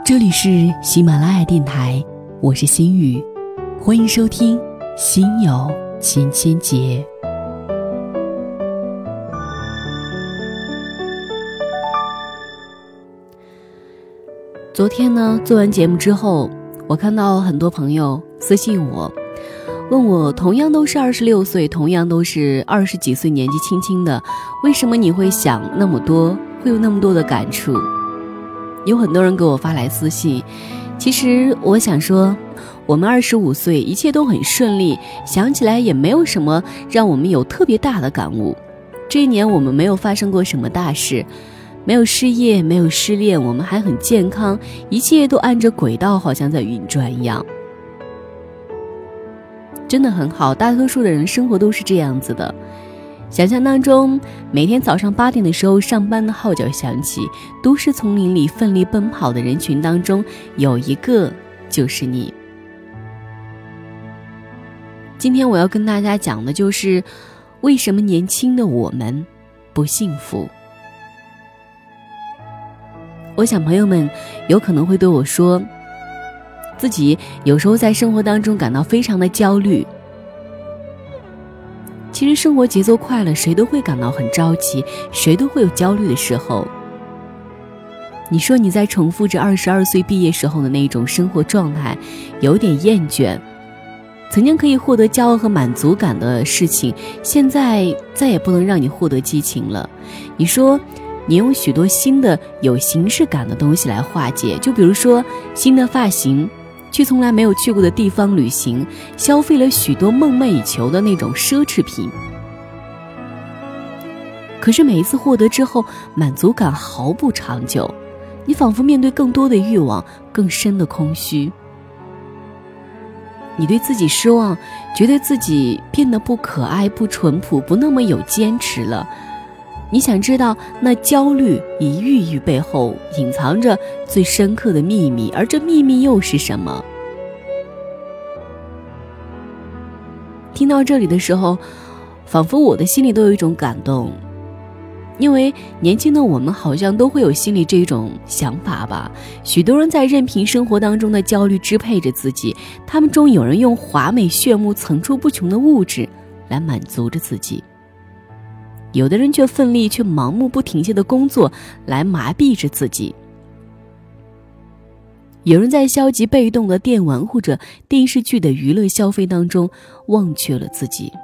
这里是喜马拉雅电台，我是心雨，欢迎收听心有千千结。昨天呢，做完节目之后，我看到很多朋友私信我，问我同样都是26岁，同样都是20几岁，年纪轻轻的，为什么你会想那么多，会有那么多的感触？有很多人给我发来私信，其实我想说，我们25岁一切都很顺利，想起来也没有什么让我们有特别大的感悟。这一年我们没有发生过什么大事，没有失业，没有失恋，我们还很健康，一切都按着轨道，好像在运转一样，真的很好。大多数的人生活都是这样子的。想象当中，每天早上8点的时候，上班的号角响起，都市丛林里奋力奔跑的人群当中，有一个就是你。今天我要跟大家讲的就是，为什么年轻的我们不幸福。我想朋友们有可能会对我说，自己有时候在生活当中感到非常的焦虑。其实生活节奏快了，谁都会感到很着急，谁都会有焦虑的时候。你说你在重复着22岁毕业时候的那种生活状态，有点厌倦，曾经可以获得骄傲和满足感的事情，现在再也不能让你获得激情了。你说你用许多新的有形式感的东西来化解，就比如说新的发型，去从来没有去过的地方旅行，消费了许多梦寐以求的那种奢侈品。可是每一次获得之后，满足感毫不长久，你仿佛面对更多的欲望，更深的空虚。你对自己失望，觉得自己变得不可爱、不淳朴、不那么有坚持了。你想知道那焦虑与抑郁背后隐藏着最深刻的秘密，而这秘密又是什么？听到这里的时候，仿佛我的心里都有一种感动，因为年轻的我们好像都会有心里这种想法吧。许多人在任凭生活当中的焦虑支配着自己，他们中有人用华美炫目层出不穷的物质来满足着自己，有的人却奋力却盲目不停歇的工作来麻痹着自己，有人在消极被动的电玩或者电视剧的娱乐消费当中忘却了自己。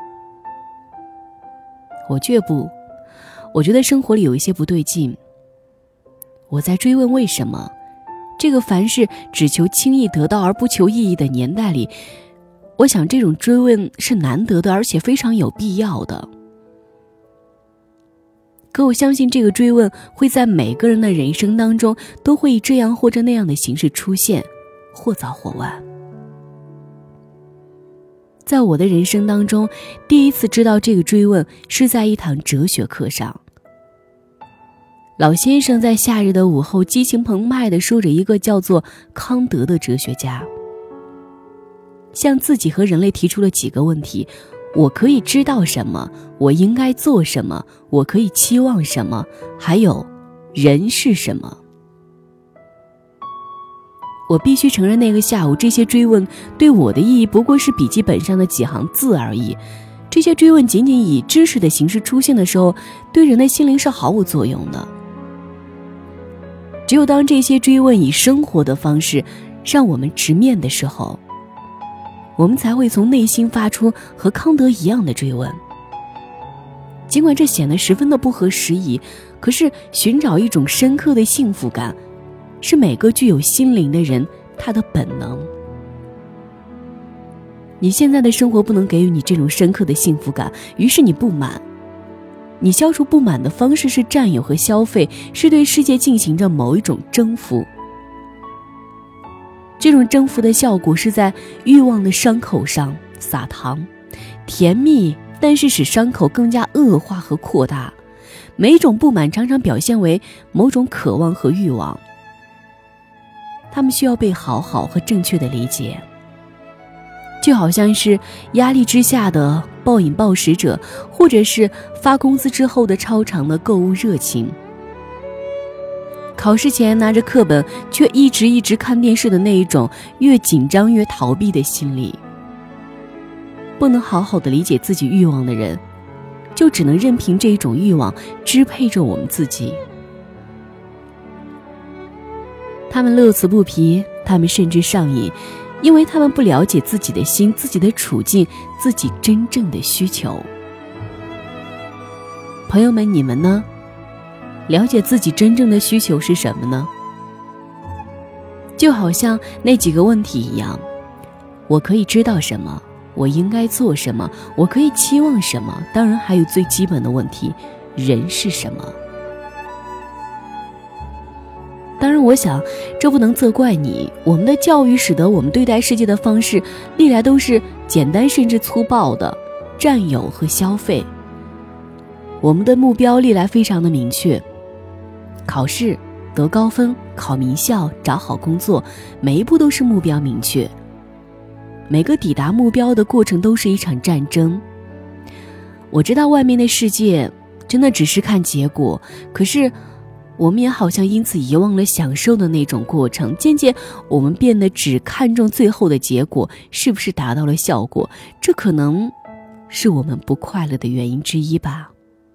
我却不，我觉得生活里有一些不对劲。我在追问为什么，这个凡事只求轻易得到而不求意义的年代里，我想这种追问是难得的，而且非常有必要的。可我相信这个追问会在每个人的人生当中都会以这样或者那样的形式出现，或早或晚。在我的人生当中，第一次知道这个追问是在一堂哲学课上。老先生在夏日的午后激情澎湃地说着一个叫做康德的哲学家，向自己和人类提出了几个问题：我可以知道什么？我应该做什么？我可以期望什么？还有，人是什么？我必须承认，那个下午这些追问对我的意义不过是笔记本上的几行字而已。这些追问仅仅以知识的形式出现的时候，对人的心灵是毫无作用的。只有当这些追问以生活的方式让我们直面的时候，我们才会从内心发出和康德一样的追问。尽管这显得十分的不合时宜，可是寻找一种深刻的幸福感，是每个具有心灵的人他的本能。你现在的生活不能给予你这种深刻的幸福感，于是你不满。你消除不满的方式是占有和消费，是对世界进行着某一种征服。这种征服的效果是在欲望的伤口上撒糖，甜蜜，但是使伤口更加恶化和扩大。每一种不满常常表现为某种渴望和欲望，它们需要被好好和正确的理解。就好像是压力之下的暴饮暴食者，或者是发工资之后的超长的购物热情。 考试前拿着课本却一直看电视的那一种越紧张越逃避的心理。不能好好的理解自己欲望的人，就只能任凭这一种欲望支配着我们自己。他们乐此不疲，他们甚至上瘾，因为他们不了解自己的心、自己的处境、自己真正的需求。朋友们，你们呢？了解自己真正的需求是什么呢？就好像那几个问题一样，我可以知道什么，我应该做什么，我可以期望什么，当然还有最基本的问题，人是什么。当然我想这不能责怪你，我们的教育使得我们对待世界的方式历来都是简单甚至粗暴的占有和消费。我们的目标历来非常的明确，考试得高分，考名校，找好工作，每一步都是目标明确，每个抵达目标的过程都是一场战争。我知道外面的世界真的只是看结果，可是我们也好像因此遗忘了享受的那种过程，渐渐我们变得只看重最后的结果是不是达到了效果，这可能是我们不快乐的原因之一吧。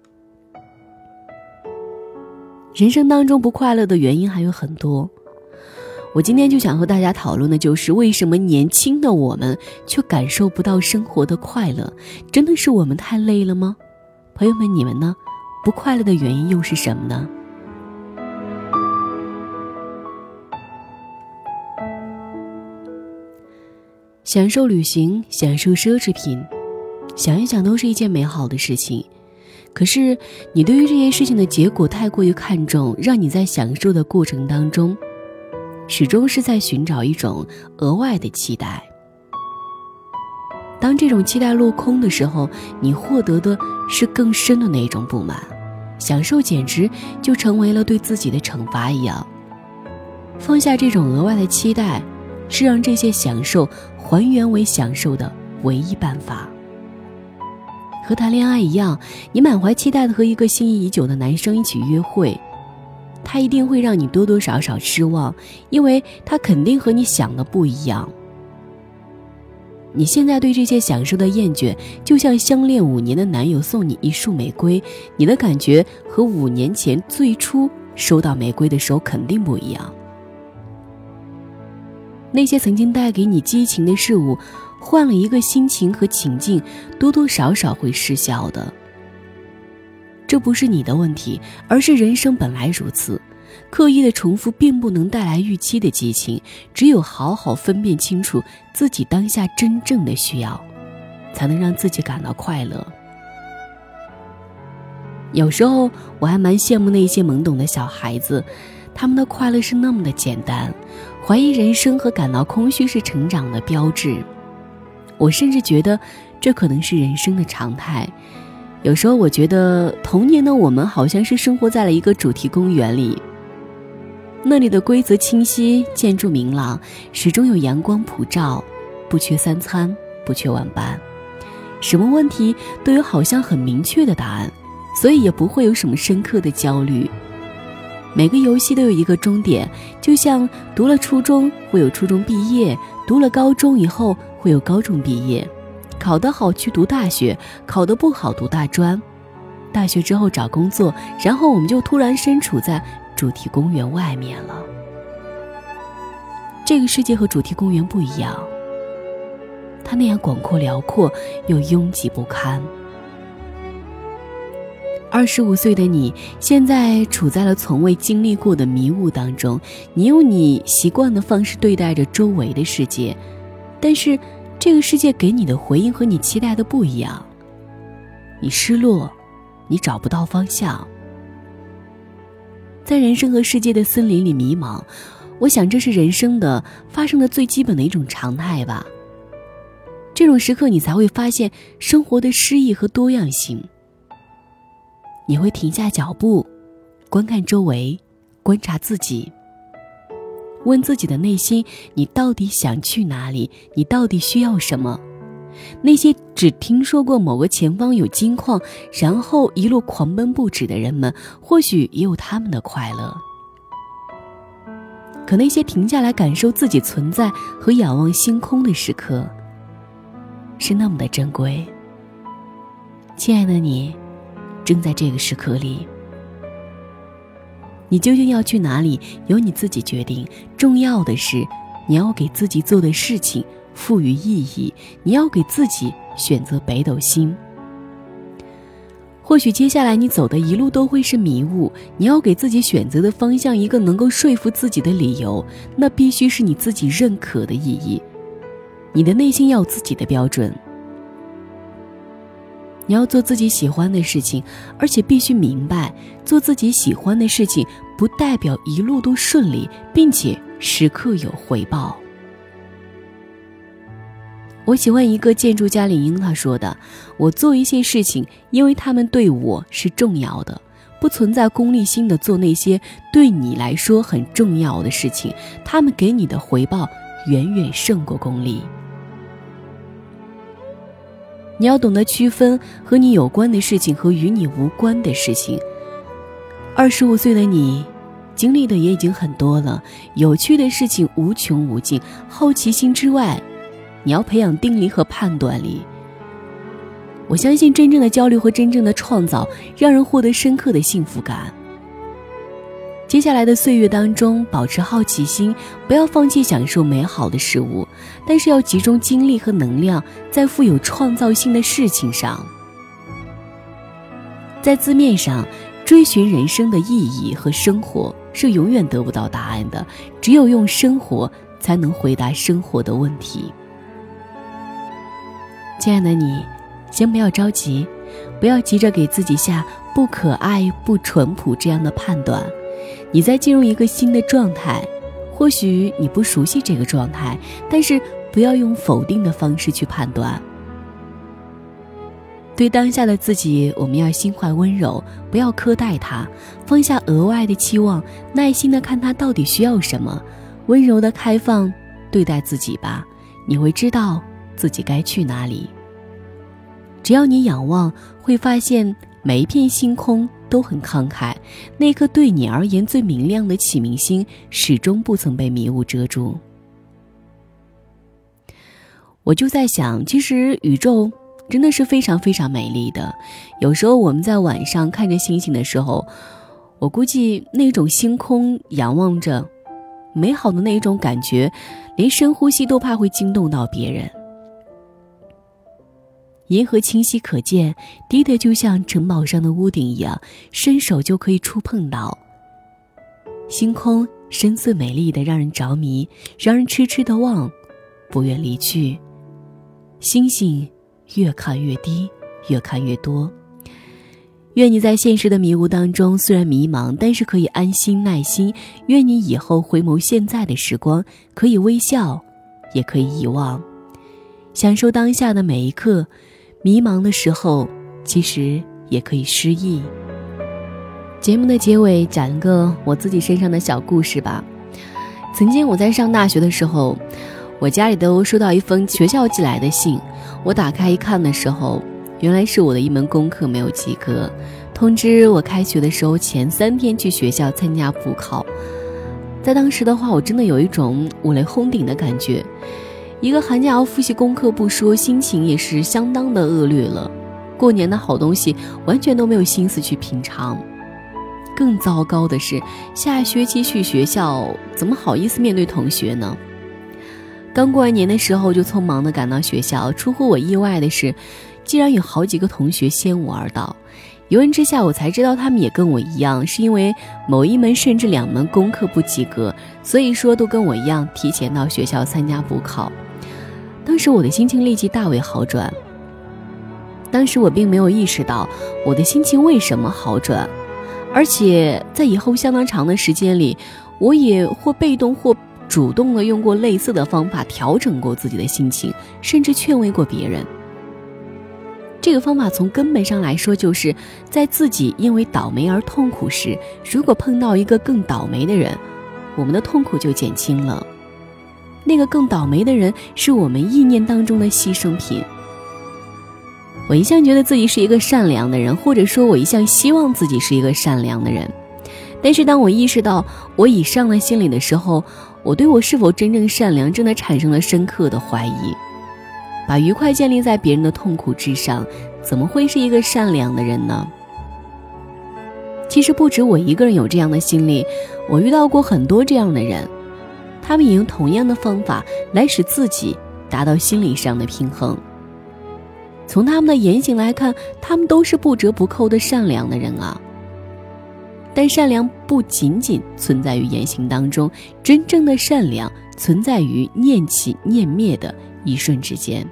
人生当中不快乐的原因还有很多，我今天就想和大家讨论的就是为什么年轻的我们却感受不到生活的快乐，真的是我们太累了吗？朋友们，你们呢？不快乐的原因又是什么呢？享受旅行，享受奢侈品，想一想都是一件美好的事情。可是你对于这些事情的结果太过于看重，让你在享受的过程当中始终是在寻找一种额外的期待。当这种期待落空的时候，你获得的是更深的那种不满，享受简直就成为了对自己的惩罚一样。放下这种额外的期待，是让这些享受还原为享受的唯一办法。和谈恋爱一样，你满怀期待的和一个心仪已久的男生一起约会，他一定会让你多多少少失望，因为他肯定和你想的不一样。你现在对这些享受的厌倦，就像相恋5年的男友送你一束玫瑰，你的感觉和5年前最初收到玫瑰的时候肯定不一样。那些曾经带给你激情的事物，换了一个心情和情境，多多少少会失效的。这不是你的问题，而是人生本来如此，刻意的重复并不能带来预期的激情，只有好好分辨清楚自己当下真正的需要，才能让自己感到快乐。有时候我还蛮羡慕那些懵懂的小孩子，他们的快乐是那么的简单，怀疑人生和感到空虚是成长的标志。我甚至觉得这可能是人生的常态。有时候我觉得童年的我们好像是生活在了一个主题公园里，那里的规则清晰，建筑明朗，始终有阳光普照，不缺3餐，不缺晚班，什么问题都有好像很明确的答案，所以也不会有什么深刻的焦虑。每个游戏都有一个终点，就像读了初中会有初中毕业，读了高中以后会有高中毕业，考得好去读大学，考得不好读大专，大学之后找工作，然后我们就突然身处在主题公园外面了。这个世界和主题公园不一样，它那样广阔辽阔又拥挤不堪。25岁的你现在处在了从未经历过的迷雾当中，你用你习惯的方式对待着周围的世界，但是这个世界给你的回应和你期待的不一样，你失落，你找不到方向，在人生和世界的森林里迷茫，我想这是人生的发生的最基本的一种常态吧。这种时刻你才会发现生活的诗意和多样性，你会停下脚步，观看周围，观察自己，问自己的内心，你到底想去哪里？你到底需要什么？那些只听说过某个前方有金矿，然后一路狂奔不止的人们，或许也有他们的快乐。 可那些停下来感受自己存在和仰望星空的时刻，是那么的珍贵。亲爱的你，正在这个时刻里，你究竟要去哪里，由你自己决定。重要的是，你要给自己做的事情赋予意义，你要给自己选择北斗星。或许接下来你走的一路都会是迷雾，你要给自己选择的方向一个能够说服自己的理由，那必须是你自己认可的意义。你的内心要有自己的标准，你要做自己喜欢的事情，而且必须明白，做自己喜欢的事情不代表一路都顺利，并且时刻有回报。我喜欢一个建筑家李英他说的，我做一些事情，因为他们对我是重要的，不存在功利心的做那些对你来说很重要的事情，他们给你的回报远远胜过功利。你要懂得区分和你有关的事情和与你无关的事情。25岁的你经历的也已经很多了，有趣的事情无穷无尽，好奇心之外，你要培养定力和判断力。我相信真正的焦虑和真正的创造让人获得深刻的幸福感。接下来的岁月当中，保持好奇心，不要放弃享受美好的事物，但是要集中精力和能量在富有创造性的事情上。在字面上，追寻人生的意义和生活是永远得不到答案的，只有用生活才能回答生活的问题。亲爱的你，先不要着急，不要急着给自己下不可爱、不淳朴这样的判断。你在进入一个新的状态，或许你不熟悉这个状态，但是不要用否定的方式去判断。对当下的自己，我们要心怀温柔，不要苛待他，放下额外的期望，耐心地看他到底需要什么，温柔地开放对待自己吧，你会知道自己该去哪里。只要你仰望，会发现每一片星空都很慷慨，那颗对你而言最明亮的启明星始终不曾被迷雾遮住。我就在想，其实宇宙真的是非常非常美丽的。有时候我们在晚上看着星星的时候，我估计那种星空仰望着美好的那一种感觉，连深呼吸都怕会惊动到别人。银河清晰可见，低的就像城堡上的屋顶一样，伸手就可以触碰到。星空深邃美丽的让人着迷，让人痴痴的望，不愿离去。星星越看越低，越看越多。愿你在现实的迷雾当中虽然迷茫，但是可以安心耐心。愿你以后回眸现在的时光，可以微笑，也可以遗忘，享受当下的每一刻。迷茫的时候，其实也可以失意。节目的结尾讲一个我自己身上的小故事吧。曾经我在上大学的时候，我家里都收到一封学校寄来的信，我打开一看的时候，原来是我的一门功课没有及格，通知我开学的时候前3天去学校参加补考。在当时的话，我真的有一种五雷轰顶的感觉。一个寒假要复习功课不说，心情也是相当的恶劣了。过年的好东西完全都没有心思去品尝。更糟糕的是，下学期去学校怎么好意思面对同学呢？刚过完年的时候就匆忙地赶到学校，出乎我意外的是，竟然有好几个同学先我而到。一问之下，我才知道他们也跟我一样，是因为某一门甚至2门功课不及格，所以说都跟我一样提前到学校参加补考。当时我的心情立即大为好转。当时我并没有意识到我的心情为什么好转，而且在以后相当长的时间里，我也或被动或主动地用过类似的方法调整过自己的心情，甚至劝慰过别人。这个方法从根本上来说，就是在自己因为倒霉而痛苦时，如果碰到一个更倒霉的人，我们的痛苦就减轻了。那个更倒霉的人是我们意念当中的牺牲品。我一向觉得自己是一个善良的人，或者说我一向希望自己是一个善良的人， 但是当我意识到我已伤了心理的时候，我对我是否真正善良真的产生了深刻的怀疑。把愉快建立在别人的痛苦之上，怎么会是一个善良的人呢？其实不止我一个人有这样的心理，我遇到过很多这样的人，他们也用同样的方法来使自己达到心理上的平衡。从他们的言行来看，他们都是不折不扣的善良的人啊。但善良不仅仅存在于言行当中，真正的善良存在于念起念灭的一瞬之间。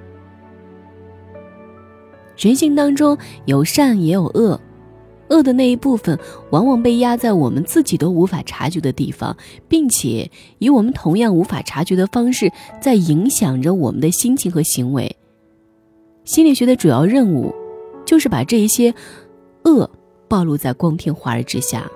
人性当中有善也有恶，恶的那一部分往往被压在我们自己都无法察觉的地方，并且以我们同样无法察觉的方式在影响着我们的心情和行为。心理学的主要任务就是把这一些恶暴露在光天化日之下。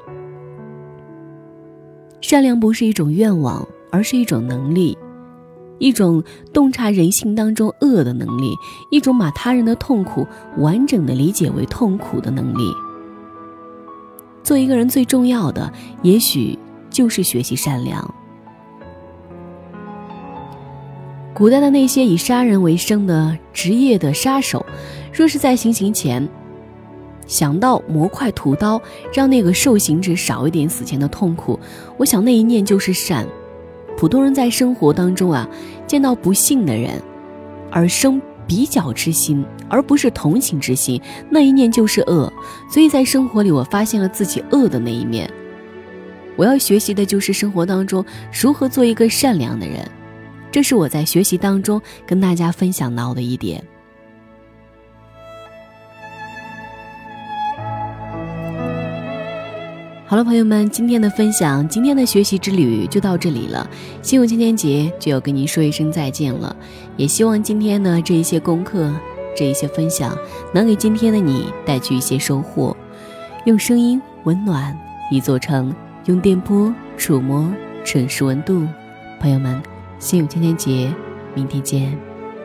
善良不是一种愿望，而是一种能力，一种洞察人性当中恶的能力，一种把他人的痛苦完整的理解为痛苦的能力。做一个人最重要的，也许就是学习善良。古代的那些以杀人为生的职业的杀手，若是在行刑前想到磨快屠刀，让那个受刑者少一点死前的痛苦，我想那一念就是善。普通人在生活当中见到不幸的人而生比较之心，而不是同情之心，那一念就是恶。所以在生活里我发现了自己恶的那一面。我要学习的就是生活当中如何做一个善良的人，这是我在学习当中跟大家分享到的一点。好了，朋友们，今天的分享，今天的学习之旅就到这里了。新闻青年节就要跟您说一声再见了，也希望今天呢这一些功课，这一些分享，能给今天的你带去一些收获。用声音温暖一座城，用电波触摸城市温度。朋友们，新闻青年节，明天见。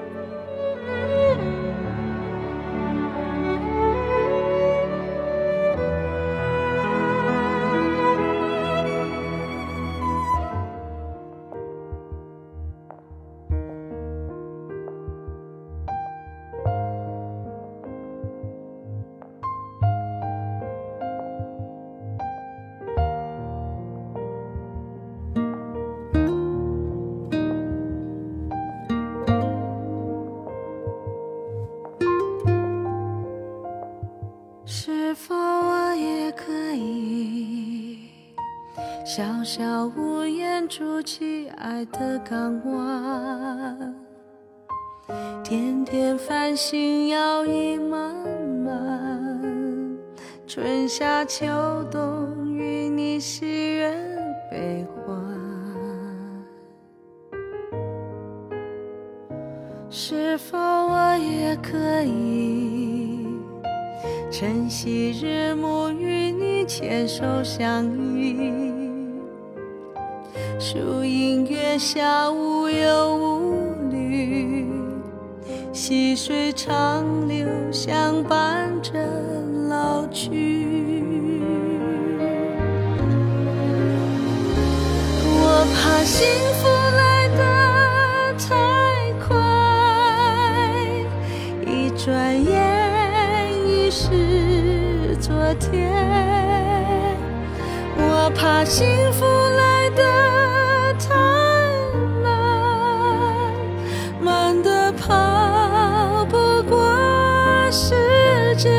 是否我也可以小小屋檐筑起爱的港湾，点点繁星摇曳漫漫，春夏秋冬与你喜悦悲欢。是否我也可以晨曦日暮与你牵手相依，树荫月下无忧无虑，细水长流相伴着老去。我怕幸福来得太快，一转眼已是昨天。我怕幸福来得太慢，慢得跑不过时间。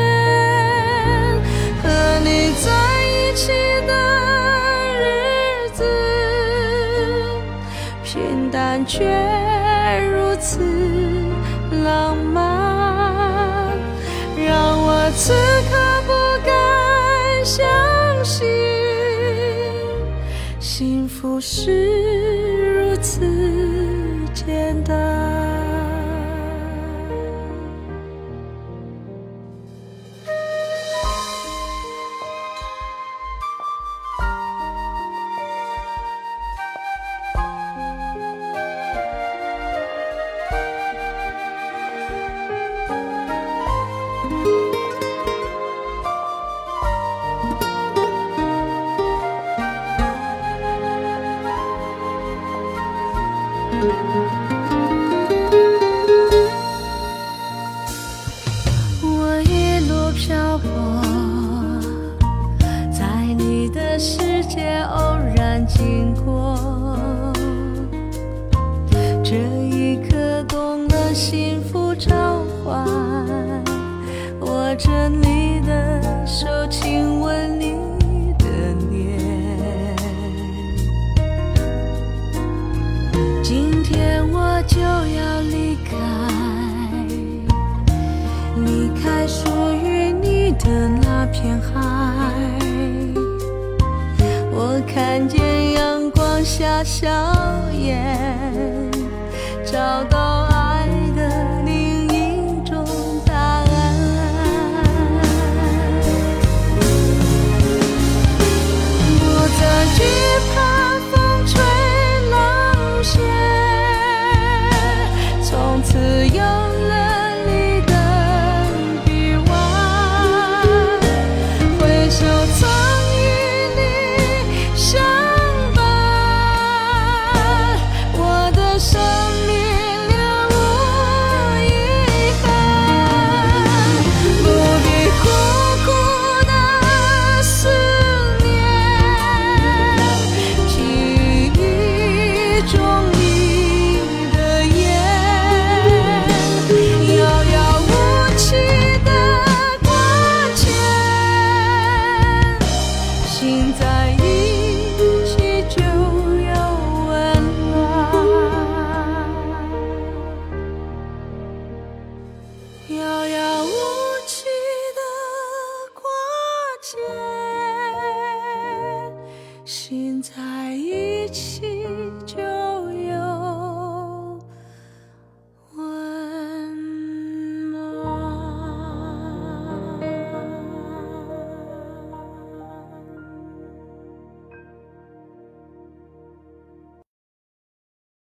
和你在一起的日子，平淡却如此浪漫，让我此刻不敢相信，幸福是如此简单。 街偶然经过，这一刻懂了幸福召唤，握着你的手，亲吻你的脸。今天我就要离开，离开属于你的那片海。我看见阳光下笑颜，找到爱的另一种答案。不再惧怕风吹浪写，从此有了你的臂弯，挥手曾与你相伴，我的生命了无遗憾，不必苦苦的思念，记忆中你的眼，遥遥无期的挂牵，心在一起就有温暖，遥遥无期的挂牵，心在一起